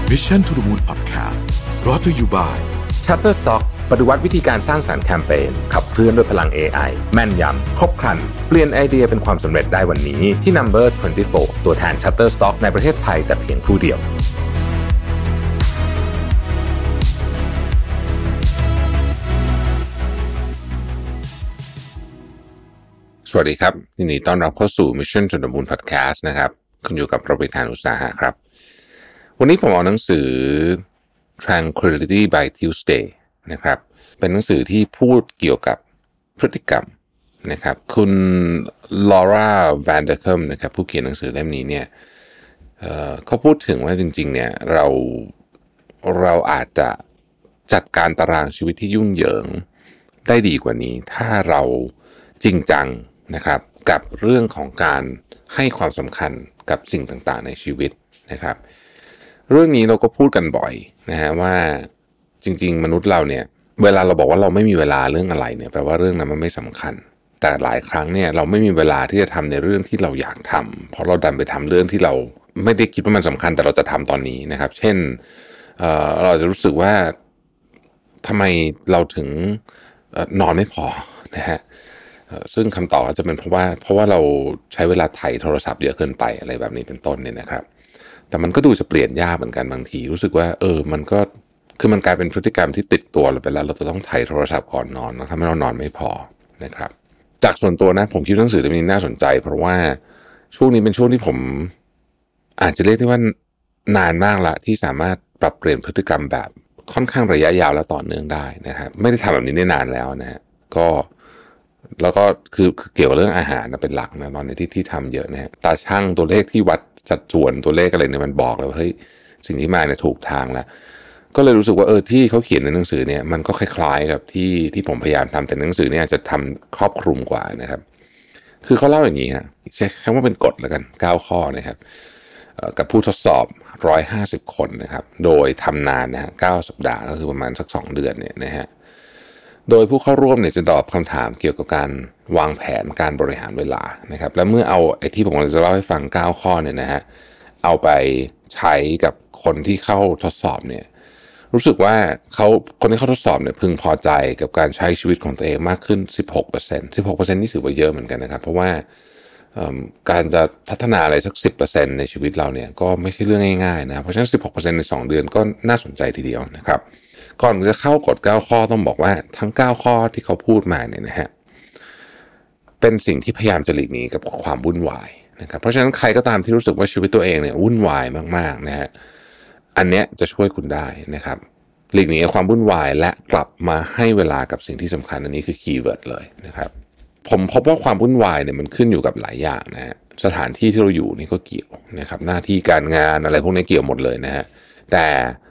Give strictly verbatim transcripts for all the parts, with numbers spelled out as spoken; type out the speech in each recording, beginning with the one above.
Mission to the Moon Podcast brought to you by Shutterstock ปฏิวัติวิธีการสร้างสรรค์แคมเปญขับเคลื่อนด้วยพลัง เอ ไอ แม่นยำครบครันเปลี่ยนไอเดียเป็นความสำเร็จได้วันนี้ที่ Number ยี่สิบสี่ ตัวแทน Shutterstock ในประเทศไทยแต่เพียงผู้เดียวสวัสดีครับยินดีต้อนรับเข้าสู่ Mission to the Moon Podcast นะครับคุณอยู่กับประวิทย์ อุตสาหะครับวันนี้ผมเอาหนังสือ Tranquility by Tuesday นะครับเป็นหนังสือที่พูดเกี่ยวกับพฤติกรรมนะครับคุณลอร่าแวนเดอร์คัมนะครับผู้เขียนหนังสือเล่มนี้เนี่ย เอ่อเขาพูดถึงว่าจริงๆเนี่ยเราเราอาจจะจัดการตารางชีวิตที่ยุ่งเหยิงได้ดีกว่านี้ถ้าเราจริงจังนะครับกับเรื่องของการให้ความสำคัญกับสิ่งต่างๆในชีวิตนะครับเรื่องนี้เราก็พูดกันบ่อยนะฮะว่าจริงๆมนุษย์เราเนี่ยเวลาเราบอกว่าเราไม่มีเวลาเรื่องอะไรเนี่ยแปลว่าเรื่องนั้นมันไม่สำคัญแต่หลายครั้งเนี่ยเราไม่มีเวลาที่จะทำในเรื่องที่เราอยากทำเพราะเราดันไปทำเรื่องที่เราไม่ได้คิดว่ามันสำคัญแต่เราจะทำตอนนี้นะครับเช่นเอ่อเราจะรู้สึกว่าทำไมเราถึงเอ่อนอนไม่พอนะฮะซึ่งคำตอบจะเป็นเพราะว่าเพราะว่าเราใช้เวลาไถโทรศัพท์เยอะเกินไปอะไรแบบนี้เป็นต้นเนี่ยนะครับแต่มันก็ดูจะเปลี่ยนยากเหมือนกันบางทีรู้สึกว่าเออมันก็คือมันกลายเป็นพฤติกรรมที่ติดตัวเราไปแล้วเราจะต้องไถโทรศัพท์ก่อนนอนทำให้เรานอนไม่พอนะครับจากส่วนตัวนะผมคิดหนังสือเล่มนี้น่าสนใจเพราะว่าช่วงนี้เป็นช่วงที่ผมอาจจะเรียกได้ว่านานมากละที่สามารถปรับเปลี่ยนพฤติกรรมแบบค่อนข้างระยะยาวและต่อเนื่องได้นะครับไม่ได้ทำแบบนี้ได้นานแล้วนะฮะก็แล้วก็คือเกี่ยวกับเรื่องอาหารเป็นหลักนะตอนนี้ที่ที่ทำเยอะนะฮะตาช่างตัวเลขที่วัดสัดส่วนตัวเลขอะไรเนี่ยมันบอกเลยว่าเฮ้ยสิ่งที่มาเนี่ยถูกทางแล้วก็เลยรู้สึกว่าเออที่เขาเขียนในหนังสือเนี่ยมันก็คล้ายๆกับที่ที่ผมพยายามทำแต่หนังสือเนี่ยจะทำครอบคลุมกว่านะครับคือเขาเล่าอย่างนี้ฮะใช้คำว่าเป็นกฎแล้วกันเก้าข้อนะครับกับผู้ทดสอบหนึ่งร้อยห้าสิบคนนะครับโดยทำนานนะฮะเก้าสัปดาห์ก็คือประมาณสักสองเดือนเนี่ยนะฮะโดยผู้เข้าร่วมเนี่ยจะตอบคำถามเกี่ยวกับการวางแผนการบริหารเวลานะครับและเมื่อเอาไอ้ที่ผมจะเล่าให้ฟังเก้าข้อเนี่ยนะฮะเอาไปใช้กับคนที่เข้าทดสอบเนี่ยรู้สึกว่าเขาคนที่เข้าทดสอบเนี่ยพึงพอใจกับการใช้ชีวิตของตัวเองมากขึ้น สิบหกเปอร์เซ็นต์ สิบหกเปอร์เซ็นต์ นี่ถือว่าเยอะเหมือนกันนะครับเพราะว่าการจะพัฒนาอะไรสัก สิบเปอร์เซ็นต์ ในชีวิตเราเนี่ยก็ไม่ใช่เรื่องง่ายๆนะเพราะฉะนั้น สิบหกเปอร์เซ็นต์ ในสองเดือนก็น่าสนใจทีเดียวนะครับก่อนจะเข้ากฎเก้าข้อต้องบอกว่าทั้งเก้าข้อที่เขาพูดมาเนี่ยนะฮะเป็นสิ่งที่พยายามจะหลีกหนีกับความวุ่นวายนะครับเพราะฉะนั้นใครก็ตามที่รู้สึกว่าชีวิตตัวเองเนี่ยวุ่นวายมากๆนะฮะอันเนี้ยจะช่วยคุณได้นะครับหลีกหนีความวุ่นวายและกลับมาให้เวลากับสิ่งที่สำคัญอันนี้คือคีย์เวิร์ดเลยนะครับผมพบว่าความวุ่นวายเนี่ยมันขึ้นอยู่กับหลายอย่างนะฮะสถานที่ที่เราอยู่นี่ก็เกี่ยวนะครับหน้าที่การงานอะไรพวกนี้เกี่ยวหมดเลยนะฮะแต่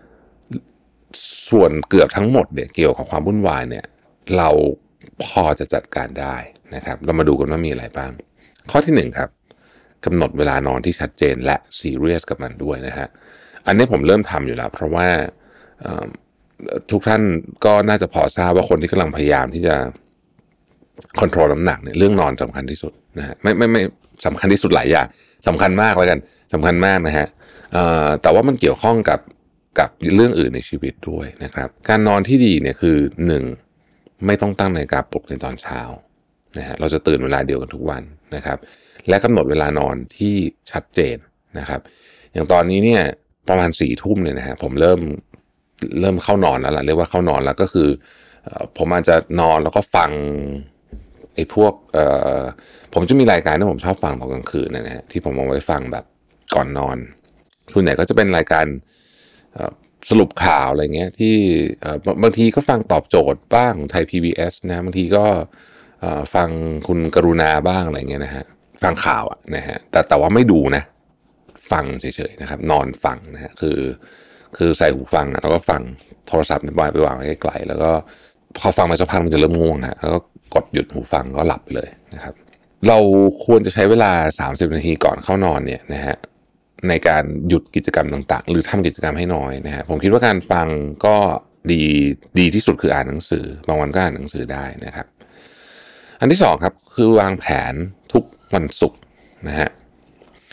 ส่วนเกือบทั้งหมดเนี่ยเกี่ยวกับความวุ่นวายเนี่ยเราพอจะจัดการได้นะครับเรามาดูกันว่ามีอะไรบ้างข้อที่หนึ่งครับกำหนดเวลานอนที่ชัดเจนและซีเรียสกับมันด้วยนะฮะอันนี้ผมเริ่มทำอยู่แล้วเพราะว่าทุกท่านก็น่าจะพอทราบว่าคนที่กำลังพยายามที่จะคอนโทรลน้ำหนักเนี่ยเรื่องนอนสำคัญที่สุดนะฮะไม่ไม่ไม่สำคัญที่สุดหลายอย่างสำคัญมากแล้วกันสำคัญมากนะฮะแต่ว่ามันเกี่ยวข้องกับกับเรื่องอื่นในชีวิตด้วยนะครับการนอนที่ดีเนี่ยคือหนึ่งไม่ต้องตั้งนาฬิกาปลุกในตอนเช้านะฮะเราจะตื่นเวลาเดียวกันทุกวันนะครับและกำหนดเวลานอนที่ชัดเจนนะครับอย่างตอนนี้เนี่ยประมาณสี่ทุ่มเนี่ยนะฮะผมเริ่มเริ่มเข้านอนแล้วล่ะเรียกว่าเข้านอนแล้วก็คือผมอาจจะนอนแล้วก็ฟังไอ้พวกเอ่อผมจะมีรายการที่ผมชอบฟังตอนกลางคืนนะฮะที่ผมเอาไว้ฟังแบบก่อนนอนส่วนใหญ่ก็จะเป็นรายการสรุปข่าวอะไรเงี้ยที่บางทีก็ฟังตอบโจทย์บ้างไทย พี บี เอส นะบางทีก็ฟังคุณกรุณาบ้างอะไรเงี้ยนะฮะฟังข่าวอะนะฮะแต่แต่ว่าไม่ดูนะฟังเฉยๆนะครับนอนฟังนะฮะคือคือใส่หูฟังแล้วก็ฟังโทรศัพท์ในบ้านไปวางไว้ไกลๆแล้วก็พอฟังมาสักพักมันจะเริ่มง่วงฮะแล้วก็กดหยุดหูฟังก็หลับไปเลยนะครับเราควรจะใช้เวลาสามสิบนาทีก่อนเข้านอนเนี่ยนะฮะในการหยุดกิจกรรมต่างๆหรือทำกิจกรรมให้น้อยนะฮะผมคิดว่าการฟังก็ดีดีที่สุดคืออ่านหนังสือบางวันก็อ่านหนังสือได้นะครับอันที่สองครับคือวางแผนทุกวันศุกร์นะฮะ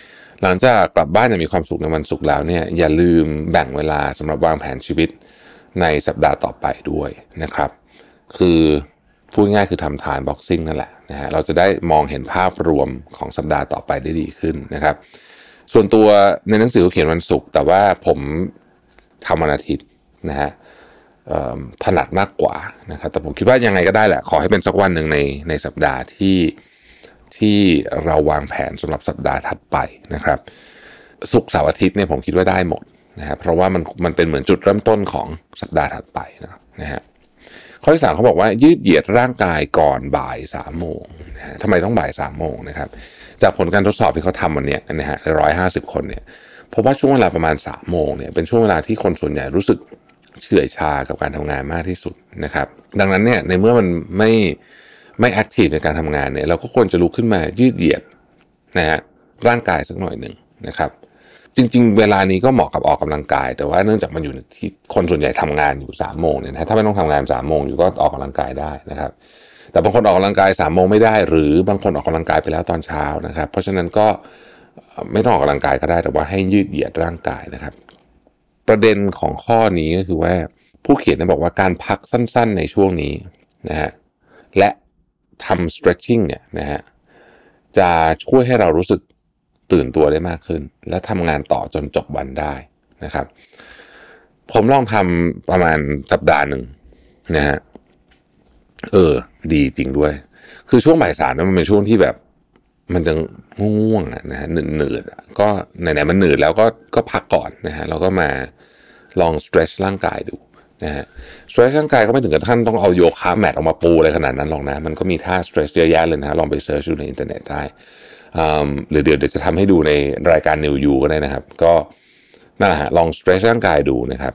หลังจากกลับบ้านอย่างมีความสุขในวันศุกร์แล้วเนี่ยอย่าลืมแบ่งเวลาสำหรับวางแผนชีวิตในสัปดาห์ต่อไปด้วยนะครับคือพูดง่ายคือทำ time boxing นั่นแหละนะฮะเราจะได้มองเห็นภาพรวมของสัปดาห์ต่อไปได้ดีขึ้นนะครับส่วนตัวในหนังสือเขียนวันศุกร์แต่ว่าผมทำวันอาทิตย์นะฮะถนัดมากกว่านะครับแต่ผมคิดว่ายังไงก็ได้แหละขอให้เป็นสักวันหนึ่งในในสัปดาห์ที่ที่เราวางแผนสำหรับสัปดาห์ถัดไปนะครับศุกร์เสาร์อาทิตย์เนี่ยผมคิดว่าได้หมดนะฮะเพราะว่ามันมันเป็นเหมือนจุดเริ่มต้นของสัปดาห์ถัดไปนะนะฮะข้อที่สามเขาบอกว่ายืดเหยียดร่างกายก่อนบ่ายสามโมงนะฮะทำไมต้องบ่ายสามโมงนะครับจากผลการทดสอบที่เขาทำวันนี้นะฮะร้อยห้าสิบคนเนี่ยพบว่าช่วงเวลาประมาณสามโมงเนี่ยเป็นช่วงเวลาที่คนส่วนใหญ่รู้สึกเฉื่อยชากับการทำงานมากที่สุดนะครับดังนั้นเนี่ยในเมื่อมันไม่ไม่แอคทีฟในการทำงานเนี่ยเราก็ควรจะลุกขึ้นมายืดเหยียดนะฮะร่างกายสักหน่อยหนึ่งนะครับจริงๆเวลานี้ก็เหมาะกับออกกำลังกายแต่ว่าเนื่องจากมันอยู่ที่คนส่วนใหญ่ทำงานอยู่สามโมงเนี่ยนะถ้าไม่ต้องทำงานสามโมงอยู่ก็ออกกำลังกายได้นะครับแต่บางคนออกกำลังกายสามโมงไม่ได้หรือบางคนออกกำลังกายไปแล้วตอนเช้านะครับเพราะฉะนั้นก็ไม่ต้องออกกำลังกายก็ได้แต่ว่าให้ยืดเหยียดร่างกายนะครับประเด็นของข้อนี้ก็คือว่าผู้เขียนบอกว่าการพักสั้นๆในช่วงนี้นะฮะและทำ stretching เนี่ยนะฮะจะช่วยให้เรารู้สึกตื่นตัวได้มากขึ้นและทำงานต่อจนจบวันได้นะครับผมลองทำประมาณสัปดาห์หนึ่งนะฮะเออดีจริงด้วยคือช่วงบ่ายสามนั้นมันเป็นช่วงที่แบบมันจะง่วงๆนะฮะหนืดๆก็ไหนๆมันหนืดแล้วก็ก็พักก่อนนะฮะเราก็มาลอง stretch ร่างกายดูนะฮะ stretch ร่างกายก็ไม่ถึงกับท่านต้องเอาโยคะแมทออกมาปูอะไรขนาดนั้นหรอกนะมันก็มีท่า stretch เยอะแยะเลยนะฮะลองไปเสิร์ชดูในอินเทอร์เน็ตได้หรือเดี๋ยวเดี๋ยวจะทำให้ดูในรายการ New You ก็ได้นะครับก็นั่นแหละฮะลอง stretch ร่างกายดูนะครับ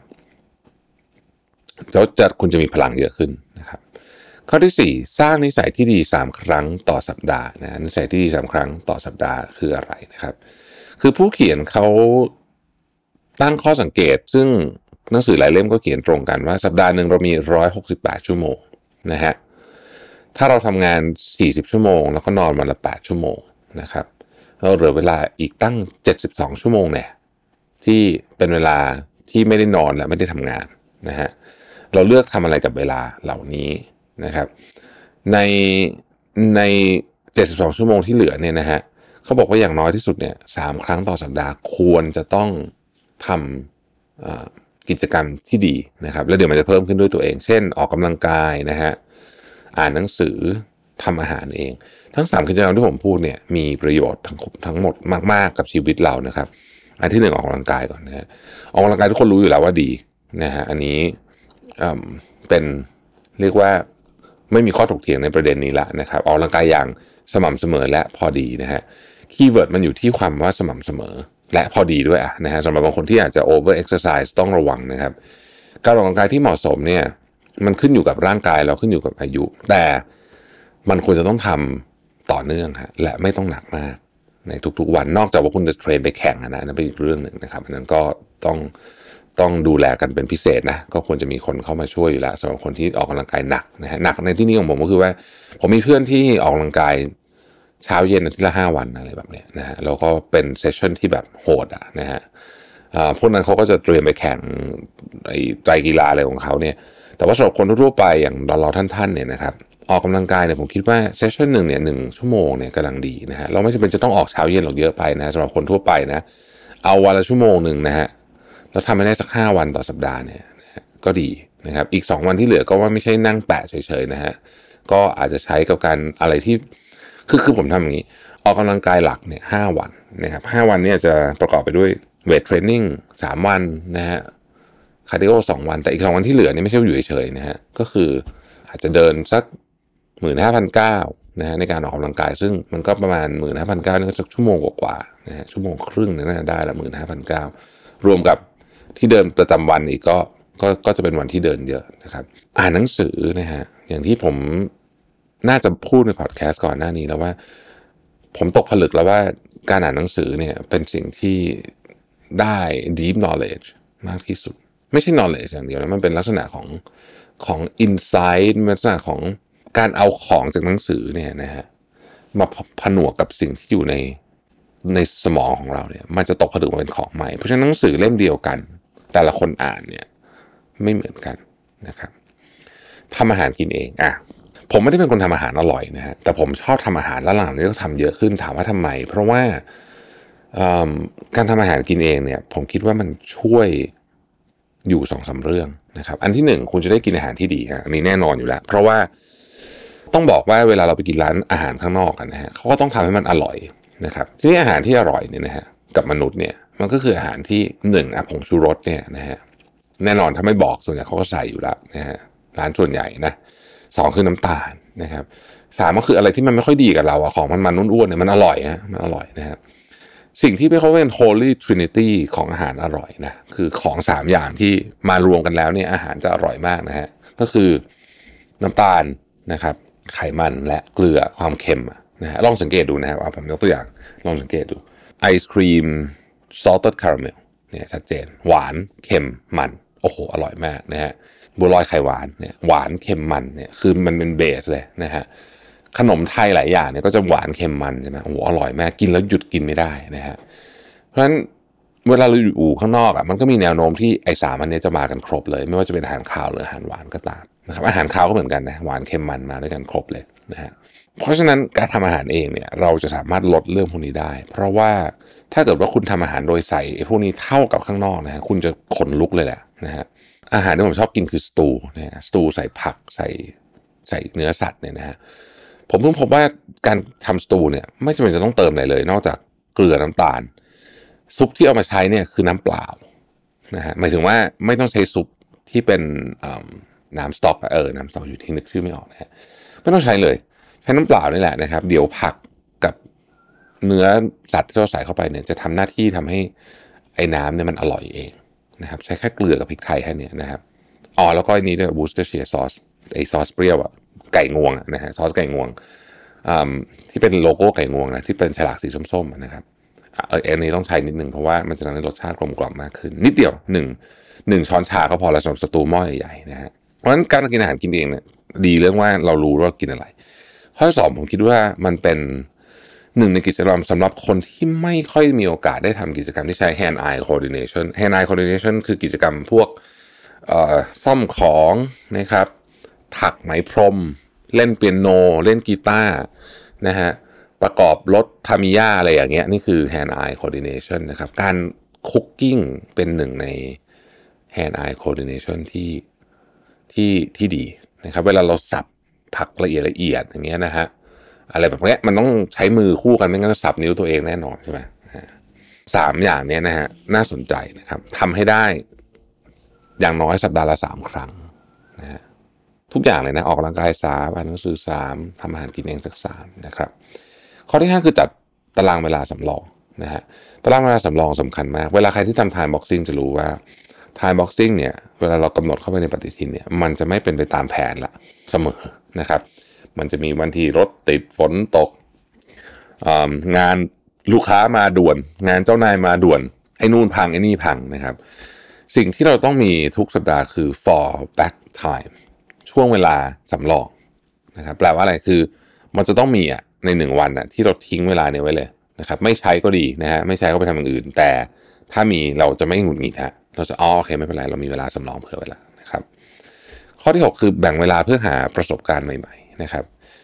แล้วจะคุณจะมีพลังเยอะขึ้นนะครับข้อที่สี่สร้างนิสัยที่ดีสามครั้งต่อสัปดาห์นะนิสัยที่ดีสามครั้งต่อสัปดาห์คืออะไรนะครับคือผู้เขียนเขาตั้งข้อสังเกตซึ่งหนังสือหลายเล่มก็เขียนตรงกันว่าสัปดาห์หนึ่งเรามีหนึ่งร้อยหกสิบแปดชั่วโมงนะฮะถ้าเราทำงานสี่สิบชั่วโมงแล้วก็นอนวันละแปดชั่วโมงนะครับเราเหลือเวลาอีกตั้งเจ็ดสิบสองชั่วโมงเนี่ยที่เป็นเวลาที่ไม่ได้นอนและไม่ได้ทำงานนะฮะเราเลือกทำอะไรกับเวลาเหล่านี้นะครับในในเจ็ดสิบสองชั่วโมงที่เหลือเนี่ยนะฮะเขาบอกว่าอย่างน้อยที่สุดเนี่ยสามครั้งต่อสัปดาห์ควรจะต้องทำกิจกรรมที่ดีนะครับแล้วเดี๋ยวมันจะเพิ่มขึ้นด้วยตัวเองเช่นออกกำลังกายนะฮะอ่านหนังสือทำอาหารเองทั้งสามกิจกรรมที่ผมพูดเนี่ยมีประโยชน์ทั้งทั้งหมดมากๆกับชีวิตเรานะครับอันที่หนึ่งออกกำลังกายก่อนนะฮะออกกำลังกายทุกคนรู้อยู่แล้วว่าดีนะฮะอันนี้เป็นเรียกว่าไม่มีข้อถกเถียงในประเด็นนี้ละนะครับออกกำลังกายอย่างสม่ำเสมอและพอดีนะฮะคีย์เวิร์ดมันอยู่ที่ความว่าสม่ำเสมอและพอดีด้วยอะนะฮะสำหรับบางคนที่อาจจะ over exercise ต้องระวังนะครับการออกกำลังกายที่เหมาะสมเนี่ยมันขึ้นอยู่กับร่างกายเราขึ้นอยู่กับอายุแต่มันควรจะต้องทำต่อเนื่องฮะและไม่ต้องหนักมากในทุกๆวันนอกจากว่าคุณจะเทรนไปแข่งนะนั่นเป็นอีกเรื่องหนึ่งนะครับอันนั้นก็ต้องต้องดูแลกันเป็นพิเศษนะก็ควรจะมีคนเข้ามาช่วยอยู่แล้วสำหรับคนที่ออกกำลังกายหนักนะฮะหนักในที่นี้ของผมก็คือว่าผมมีเพื่อนที่ออกกำลังกายเช้าเย็นอาทิตย์ละห้าวันอะไรแบบนี้นะฮะแล้วก็เป็นเซสชั่นที่แบบโหดอ่ะนะฮะพวกนั้นเขาก็จะเตรียมไปแข่งไอ้ไตรกีฬาอะไรของเขาเนี่ยแต่ว่าสำหรับคนทั่วไปอย่างเราท่านๆเนี่ยนะครับออกกำลังกายเนี่ยผมคิดว่าเซสชั่นหนึ่งเนี่ยหนึ่งชั่วโมงเนี่ยกำลังดีนะฮะเราไม่จำเป็นจะต้องออกเช้าเย็นหรอกเยอะไปนะสำหรับคนทั่วไปนะเอาวันละชั่วโมงหนึ่งนะฮะแล้วทำให้ได้สักห้าวันต่อสัปดาห์เนี่ยก็ดีนะครับอีกสองวันที่เหลือก็ว่าไม่ใช่นั่งแปะเฉยๆนะฮะก็อาจจะใช้กับการอะไรที่คือคือผมทำอย่างนี้ออกกำลังกายหลักเนี่ยห้าวันนะครับห้าวันเนี่ยจะประกอบไปด้วยเวทเทรนนิ่งสามวันนะฮะคาร์ดิโอสองวันแต่อีกสองวันที่เหลือนี่ไม่ใช่อยู่เฉยๆนะฮะก็คืออาจจะเดินสัก หนึ่งหมื่นห้าพันเก้าร้อย นะฮะในการออกกำลังกายซึ่งมันก็ประมาณ หนึ่งหมื่นห้าพันเก้าร้อย นี่ก็สักชั่วโมงกว่าๆนะฮะชั่วโมงครึ่งน่าจะได้ละ หนึ่งหมื่นห้าพันเก้าร้อย รวมกับที่เดินประจำวันอีกก็ก็ก็จะเป็นวันที่เดินเยอะนะครับอ่านหนังสือนะฮะอย่างที่ผมน่าจะพูดในพอดแคสต์ก่อนหน้านี้แล้วว่าผมตกผลึกแล้วว่าการอ่านหนังสือเนี่ยเป็นสิ่งที่ได้ deep knowledge มากที่สุดไม่ใช่ knowledge อย่างเดียวนะมันเป็นลักษณะของของ insight ลักษณะของการเอาของจากหนังสือเนี่ยนะฮะมาผนวกกับสิ่งที่อยู่ในในสมองของเราเนี่ยมันจะตกผลึกมาเป็นของใหม่เพราะฉะนั้นหนังสือเล่มเดียวกันแต่ละคนอ่านเนี่ยไม่เหมือนกันนะครับทำอาหารกินเองอ่ะผมไม่ได้เป็นคนทำอาหารอร่อยนะฮะแต่ผมชอบทำอาหารแล้วหลังๆนี้ก็ทำเยอะขึ้นถามว่าทำไมเพราะว่าการทำอาหารกินเองเนี่ยผมคิดว่ามันช่วยอยู่สองสามเรื่องนะครับอันที่หนึ่งคุณจะได้กินอาหารที่ดีฮะอันนี้แน่นอนอยู่แล้วเพราะว่าต้องบอกว่าเวลาเราไปกินร้านอาหารข้างนอกกันนะฮะเขาก็ต้องทำให้มันอร่อยนะครับทีนี้อาหารที่อร่อยเนี่ยนะฮะกับมนุษย์เนี่ยมันก็คืออาหารที่หนึ่งอ่ะผงชูรสเนี่ยนะฮะแน่นอนถ้าไม่บอกส่วนใหญ่เขาก็ใส่อยู่แล้วนะฮะร้านส่วนใหญ่นะสองคือน้ำตาลนะครับสามก็คืออะไรที่มันไม่ค่อยดีกับเราอะของมันมันอ้วนๆเนี่ยมันอร่อยฮะมันอร่อยนะครับสิ่งที่เขาเป็น Holy Trinity ของอาหารอร่อยนะคือของสามอย่างที่มารวมกันแล้วเนี่ยอาหารจะอร่อยมากนะฮะก็คือน้ำตาลนะครับไขมันและเกลือความเค็มนะฮะลองสังเกตดูนะครับเอาผมยกตัวอย่างลองสังเกตดูไอศครีม salted caramel เนี่ยชัดเจนหวานเค็มมันโอ้โหอร่อยมากนะฮะบัวลอยไข่หวานเนี่ยหวานเค็มมันเนี่ยคือมันเป็นเบสเลยนะฮะขนมไทยหลายอย่างเนี่ยก็จะหวานเค็มมันใช่ไหมโอ้โหอร่อยมากกินแล้วหยุดกินไม่ได้นะฮะเพราะฉะนั้นเวลาเราอยู่ข้างนอกอ่ะมันก็มีแนวโน้มที่ไอ้สามอันนี้จะมากันครบเลยไม่ว่าจะเป็นอาหารคาวหรืออาหารหวานก็ตามนะครับอาหารคาวก็เหมือนกันนะหวานเค็มมันมาด้วยกันครบเลยนะฮะเพราะฉะนั้นการทำอาหารเองเนี่ยเราจะสามารถลดเรื่องพวกนี้ได้เพราะว่าถ้าเกิดว่าคุณทำอาหารโดยใส่ไอ้พวกนี้เท่ากับข้างนอกนะฮะคุณจะขนลุกเลยแหละนะฮะอาหารที่ผมชอบกินคือสตูนะฮะสตูใส่ผักใส่ใส่เนื้อสัตว์เนี่ยนะฮะผมเพิ่งพบว่าการทำสตูเนี่ยไม่จำเป็นจะต้องเติมอะไรเลยนอกจากเกลือน้ำตาลซุปที่เอามาใช้เนี่ยคือน้ำเปล่านะฮะหมายถึงว่าไม่ต้องใช้ซุปที่เป็นน้ำสต๊อกเออน้ำสต๊อกอยู่ที่นึกชื่อไม่ออกนะฮะไม่ต้องใช้เลยใช้น้ำเปล่านี่แหละนะครับเดี๋ยวผักกับเนื้อสัตว์ที่เราใส่เข้าไปเนี่ยจะทำหน้าที่ทำให้ไอ้น้ำเนี่ยมันอร่อยเองนะครับใช้แค่เกลือกับพริกไทยแค่นี้นะครับอ๋อแล้วก็อันนี้ด้วยบูสเตอร์เชียร์ซอสไอ้ซอสเปรี้ยวอะไก่งวงนะฮะซอสไก่งวงที่เป็นโลโก้ไก่งวงนะที่เป็นฉลากสีส้มๆนะครับเอออันนี้ต้องใช้นิดนึงเพราะว่ามันจะทำให้รสชาติกลมกล่อมมากขึ้นนิดเดียวหนึ่งหนึ่งช้อนชาก็พอแล้วสำหรับสตูหม้อใหญ่ๆนะฮะเพราะฉะนั้นการกินอาหารกินเองเนี่ยดีเรื่องว่าเรารู้ว่ากินอะไรข้อที่สองผมคิดว่ามันเป็นหนึ่งในกิจกรรมสำหรับคนที่ไม่ค่อยมีโอกาสได้ทำกิจกรรมที่ใช้ hand eye coordination hand eye coordination คือกิจกรรมพวกซ่อมของนะครับถักไหมพรมเล่นเปียโนเล่นกีตาร์นะฮะประกอบรถทามิยาอะไรอย่างเงี้ยนี่คือ hand eye coordination นะครับการคุกกิ้งเป็นหนึ่งใน hand eye coordination ที่ที่ที่ดีนะครับเวลาเราสับผักละเอียดละเอียดอย่างเงี้ยนะฮะอะไรแบบนี้มันต้องใช้มือคู่กันไม่งั้นสับนิ้วตัวเองแน่นอนใช่ไหมสามอย่างนี้นะฮะน่าสนใจนะครับทำให้ได้อย่างน้อยสัปดาห์ละสามครั้งนะฮะทุกอย่างเลยนะออกกำลังกายสามอ่านหนังสือสามทำอาหารกินเองสักสามนะครับข้อที่ห้าคือจัดตารางเวลาสำรองนะฮะตารางเวลาสำรองสำคัญมากเวลาใครที่ทำ time boxing จะรู้ว่า time boxing เนี่ยเวลาเรากำหนดเข้าไปในปฏิทินเนี่ยมันจะไม่เป็นไปตามแผนละเสมอนะครับมันจะมีวันที่รถติดฝนตกงานลูกค้ามาด่วนงานเจ้านายมาด่วนไอ้นู่นพังไอ้นี่พังนะครับสิ่งที่เราต้องมีทุกสัปดาห์คือ fall back time ช่วงเวลาสำรองนะครับแปลว่าอะไรคือมันจะต้องมีอ่ะในหนึ่งวันอ่ะที่เราทิ้งเวลาเนี่ยไว้เลยนะครับไม่ใช้ก็ดีนะฮะไม่ใช้ก็ไปทำอย่างอื่นแต่ถ้ามีเราจะไม่หงุดหงิดฮะเราจะอ๋อโอเคไม่เป็นไรเรามีเวลาสำรองเผื่อเวลานะครับข้อที่หกคือแบ่งเวลาเพื่อหาประสบการณ์ใหม่ๆนะครับ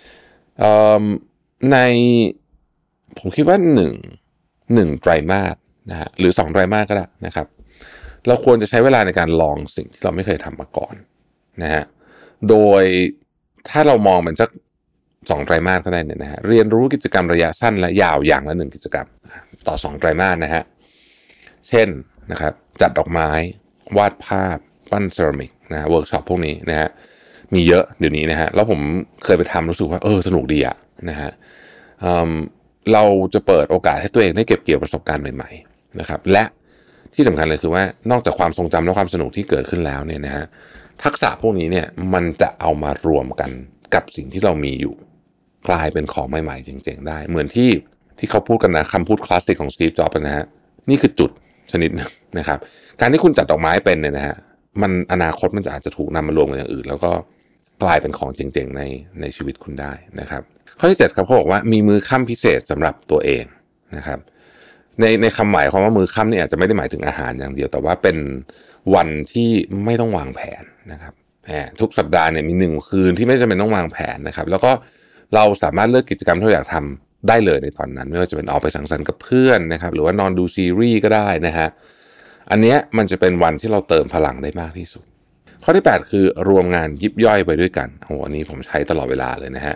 ในผมคิดว่าหนึ่งหนึ่งไตรมาสนะฮะหรือสองไตรมาสก็ได้นะครับเราควรจะใช้เวลาในการลองสิ่งที่เราไม่เคยทำมาก่อนนะฮะโดยถ้าเรามองมันสักสองไตรมาสก็ได้เนี่ยนะฮะเรียนรู้กิจกรรมระยะสั้นและยาวอย่างละหนึ่งกิจกรรมต่อสองไตรมาสนะฮะเช่นนะครับจัดดอกไม้วาดภาพปั้นเซรามิกนะฮะเวิร์กช็อปพวกนี้นะฮะมีเยอะเดี๋ยวนี้นะฮะแล้วผมเคยไปทำรู้สึกว่าเออสนุกดีอะนะฮะ เราจะเปิดโอกาสให้ตัวเองได้เก็บเกี่ยวประสบการณ์ใหม่ๆนะครับและที่สำคัญเลยคือว่านอกจากความทรงจำและความสนุกที่เกิดขึ้นแล้วเนี่ยนะฮะทักษะพวกนี้เนี่ยมันจะเอามารวมกันกับสิ่งที่เรามีอยู่กลายเป็นของใหม่ๆจริงๆได้เหมือนที่ที่เขาพูดกันนะคำพูดคลาสสิกของสตีฟจ็อบส์นะฮะนี่คือจุดชนิดนึงนะครับการที่คุณจัดดอกไม้เป็นเนี่ยนะฮะมันอนาคตมันจะอาจจะถูกนำมารวมกับอย่างอื่นแล้วก็กลายเป็นของจริงๆในในชีวิตคุณได้นะครับข้อที่เจ็ดครับเขาบอกว่ามีมื้อค่ำพิเศษสำหรับตัวเองนะครับในในคำหมายความว่ามื้อค่ำเนี่ยอาจจะไม่ได้หมายถึงอาหารอย่างเดียวแต่ว่าเป็นวันที่ไม่ต้องวางแผนนะครับทุกสัปดาห์เนี่ยมีหนึ่งคืนที่ไม่จำเป็นต้องวางแผนนะครับแล้วก็เราสามารถเลือกกิจกรรมที่เราอยากทำได้เลยในตอนนั้นไม่ว่าจะเป็นออกไปสังสรรค์กับเพื่อนนะครับหรือว่านอนดูซีรีส์ก็ได้นะฮะอันเนี้ยมันจะเป็นวันที่เราเติมพลังได้มากที่สุดข้อที่แปดคือรวมงานยิบย่อยไปด้วยกันโอ้อันนี้ผมใช้ตลอดเวลาเลยนะฮะ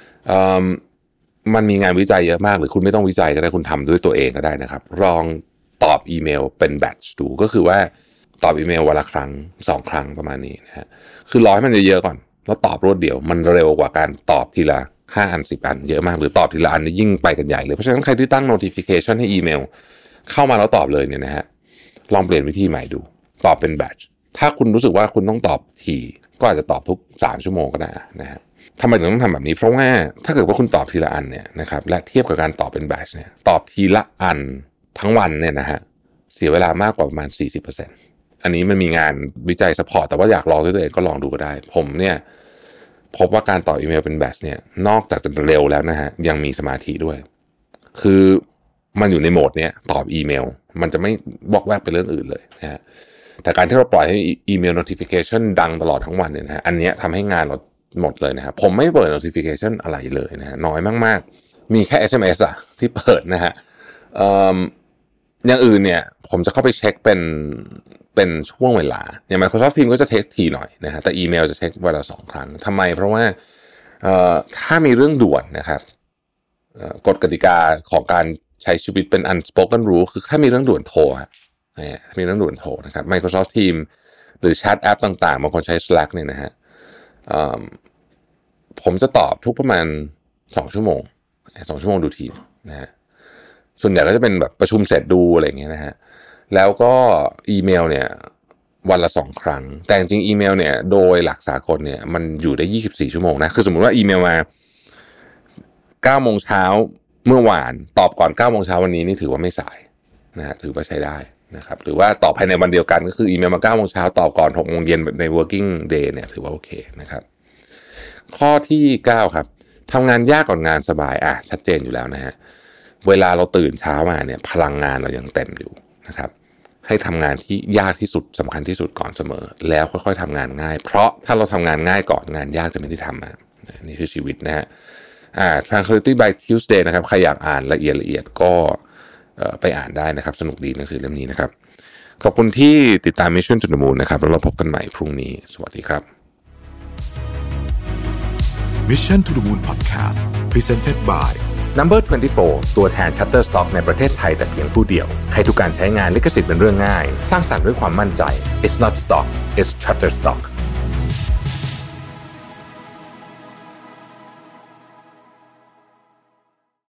มันมีงานวิจัยเยอะมากหรือคุณไม่ต้องวิจัยก็ได้คุณทำด้วยตัวเองก็ได้นะครับลองตอบอีเมลเป็นแบทช์ดูก็คือว่าตอบอีเมลวันละครั้งสองครั้งประมาณนี้นะฮะคือรอให้มันเยอะๆก่อนแล้วตอบรวดเดียวมันเร็วกว่าการตอบทีละห้าอันสิบอันเยอะมากหรือตอบทีละอันนี่ยิ่งไปกันใหญ่เลยเพราะฉะนั้นใครที่ตั้ง notification ให้อีเมลเข้ามาแล้วตอบเลยเนี่ยนะฮะลองเปลี่ยนวิธีใหม่ดูตอบเป็นแบทช์ถ้าคุณรู้สึกว่าคุณต้องตอบทีก็อาจจะตอบทุกสามชั่วโมงก็ได้นะฮะทำไมถึงต้องทำแบบนี้เพราะว่าถ้าเกิดว่าคุณตอบทีละอันเนี่ยนะครับและเทียบกับการตอบเป็นแบทช์เนี่ยตอบทีละอันทั้งวันเนี่ยนะฮะเสียเวลามากกว่าประมาณ สี่สิบเปอร์เซ็นต์ อันนี้มันมีงานวิจัยซัพพอร์ตแต่ว่าอยากลองด้วยตัวเองก็ลองดูก็ได้ผมเนี่ยพบว่าการตอบอีเมลเป็นแบทช์เนี่ยนอกจากจะเร็วแล้วนะฮะยังมีสมาธิด้วยคือมันอยู่ในโหมดเนี้ยตอบอีเมลมันจะไม่บอกแวกไปเรื่องอื่นเลยนะฮะแต่การที่เราปล่อยให้อีเมล notification ดังตลอดทั้งวันเนี่ยนะฮะอันเนี้ยทำให้งานเราหมดเลยนะครับผมไม่เปิด notification อะไรเลยนะฮะน้อยมากๆมีแค่ เอส เอ็ม เอส อะที่เปิดนะฮะเอ่ออย่างอื่นเนี่ยผมจะเข้าไปเช็คเป็นเป็นช่วงเวลาอย่าง Microsoft Teams ก็จะเช็คทีหน่อยนะฮะแต่อีเมลจะเช็ควันละสองครั้งทำไมเพราะว่าเอ่อถ้ามีเรื่องด่วนนะครับกฎกติกาของการใช้ชีวิตเป็น unspoken rule คือถ้ามีเรื่องด่วนโทรฮะมีเรื่องด่วนโทรนะครับ Microsoft Teams หรือแชทแอปต่างๆบางคนใช้ Slack เนี่ยนะฮะผมจะตอบทุกประมาณสองชั่วโมงสองชั่วโมงดูทีนะฮะส่วนใหญ่ก็จะเป็นแบบประชุมเสร็จดูอะไรอย่างเงี้ยนะฮะแล้วก็อีเมลเนี่ยวันละสองครั้งแต่จริงอีเมลเนี่ยโดยหลักสากลเนี่ยมันอยู่ได้ยี่สิบสี่ชั่วโมงนะคือสมมุติว่าอีเมลมาเก้าโมงเช้าเมื่อวานตอบก่อนเก้าโมงเช้าวันนี้นี่ถือว่าไม่สายนะฮะถือว่าใช้ได้นะครับหรือว่าตอบภายในวันเดียวกันก็คืออีเมลมาเก้าโมงเช้าตอบก่อนหกโมงเย็นใน working day เนี่ยถือว่าโอเคนะครับข้อที่เก้าครับทำงานยากก่อนงานสบายอ่ะชัดเจนอยู่แล้วนะฮะเวลาเราตื่นเช้ามาเนี่ยพลังงานเรายังเต็มอยู่นะครับให้ทำงานที่ยากที่สุดสำคัญที่สุดก่อนเสมอแล้วค่อยๆทำงานง่ายเพราะถ้าเราทำงานง่ายก่อนงานยากจะไม่ได้ทำมานี่คือชีวิตนะฮะอ่า Tranquility by Tuesday นะครับใครอยากอ่านละเอียดละเอียดก็ไปอ่านได้นะครับสนุกดีหนังสือเล่มนี้นะครับขอบคุณที่ติดตาม Mission to the Moon นะครับแล้วเราพบกันใหม่พรุ่งนี้สวัสดีครับ Mission to the Moon Podcast Presented by Number ยี่สิบสี่ ตัวแทน Shutterstock ในประเทศไทยแต่เพียงผู้เดียวให้ทุกการใช้งานลิขสิทธิ์เป็นเรื่องง่ายสร้างสรรค์ด้วยความมั่นใจ It's not stock, it's Shutterstock